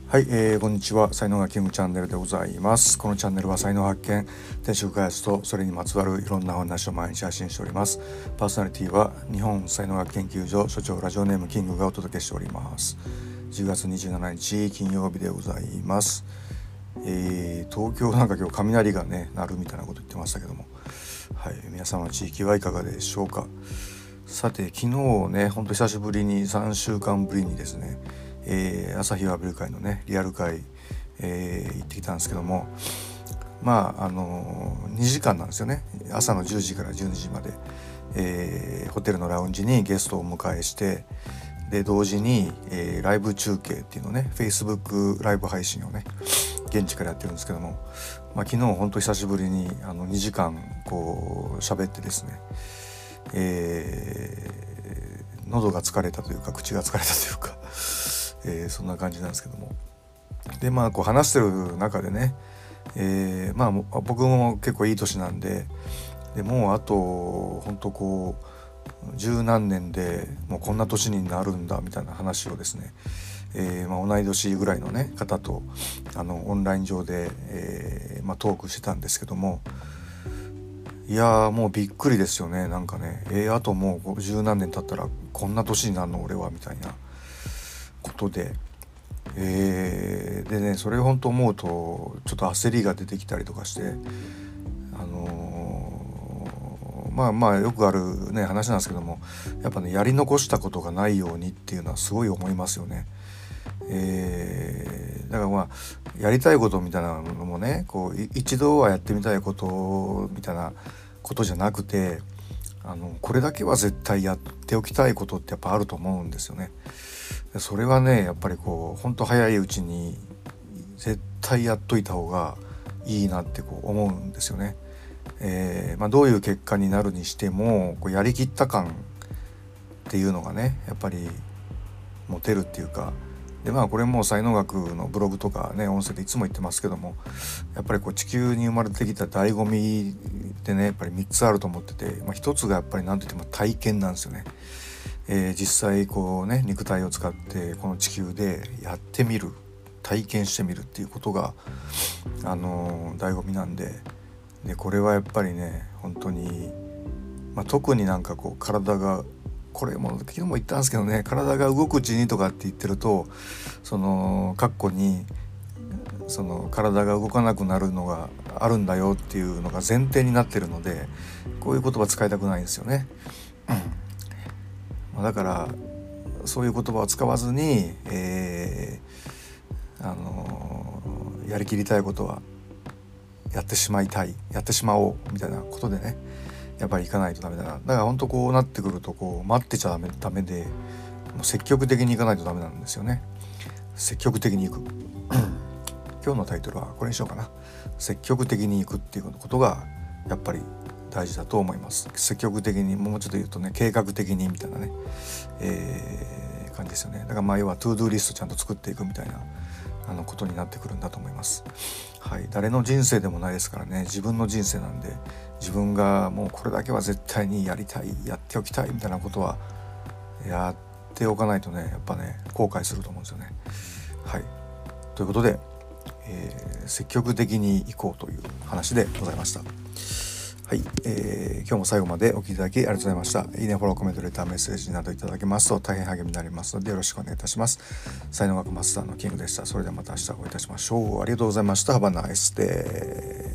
はい、こんにちは。才能がキングチャンネルでございます。このチャンネルは才能発見、転職開発とそれにまつわるいろんなお話を毎日発信しております。パーソナリティは日本才能学研究所所長ラジオネームキングがお届けしております。10月27日金曜日でございます。東京なんか今日雷がね鳴るみたいなこと言ってましたけども、はい、皆様の地域はいかがでしょうか。さて昨日ね、ほんと久しぶりに3週間ぶりにですね、朝日を浴びる会のねリアル会、行ってきたんですけども、2時間なんですよね。朝の10時から12時まで、ホテルのラウンジにゲストをお迎えして、で同時に、ライブ中継っていうのね Facebook ライブ配信をね現地からやってるんですけども、昨日本当久しぶりに2時間こう喋ってですね、喉が疲れたというか口が疲れたというかそんな感じなんですけども、でこう話してる中でね、僕も結構いい年なんで、もうあと本当こう十何年でもうこんな年になるんだみたいな話をですね、同い年ぐらいのね方とオンライン上で、トークしてたんですけども、いやもうびっくりですよね。なんかね、あともう十何年経ったらこんな年になるの俺はみたいなことで、でねそれを本当思うとちょっと焦りが出てきたりとかして、よくあるね話なんですけども、やっぱねやり残したことがないようにっていうのはすごい思いますよね。だからやりたいことみたいなのもねこう一度はやってみたいことみたいなことじゃなくて、これだけは絶対やっておきたいことってやっぱあると思うんですよね。それはねやっぱりこう本当早いうちに絶対やっといた方がいいなってこう思うんですよね。どういう結果になるにしてもこうやりきった感っていうのがねやっぱり持てるっていうか、でこれも才能学のブログとかね音声でいつも言ってますけども、やっぱりこう地球に生まれてきた醍醐味ってねやっぱり3つあると思ってて、1つがやっぱり何と言っても体験なんですよね。実際こうね肉体を使ってこの地球でやってみる、体験してみるっていうことが醍醐味なんで、これはやっぱりね本当に、特になんかこう体が、これも昨日も言ったんですけどね、体が動くうちにとかって言ってるとその括弧にその体が動かなくなるのがあるんだよっていうのが前提になってるので、こういう言葉使いたくないんですよね。だからそういう言葉を使わずに、やりきりたいことはやってしまいたい、やってしまおうみたいなことでねやっぱり行かないとダメだな。だから本当こうなってくるとこう待ってちゃダメで、もう積極的に行かないとダメなんですよね。積極的に行く今日のタイトルはこれにしようかな。積極的に行くっていうことがやっぱり大事だと思います。積極的に、もうちょっと言うとね計画的にみたいなね、感じですよね。だから要はトゥードゥーリストちゃんと作っていくみたいなことになってくるんだと思います。はい、誰の人生でもないですからね、自分の人生なんで、自分がもうこれだけは絶対にやりたい、やっておきたいみたいなことはやっておかないとねやっぱね後悔すると思うんですよね。はい、ということで、積極的に行こうという話でございました。はい、今日も最後までお聞きいただきありがとうございました。いいね、フォロー、コメント、レター、メッセージなどいただけますと大変励みになりますのでよろしくお願いいたします。才能学マスターのキングでした。それではまた明日お会いいたしましょう。ありがとうございました。Have a nice day。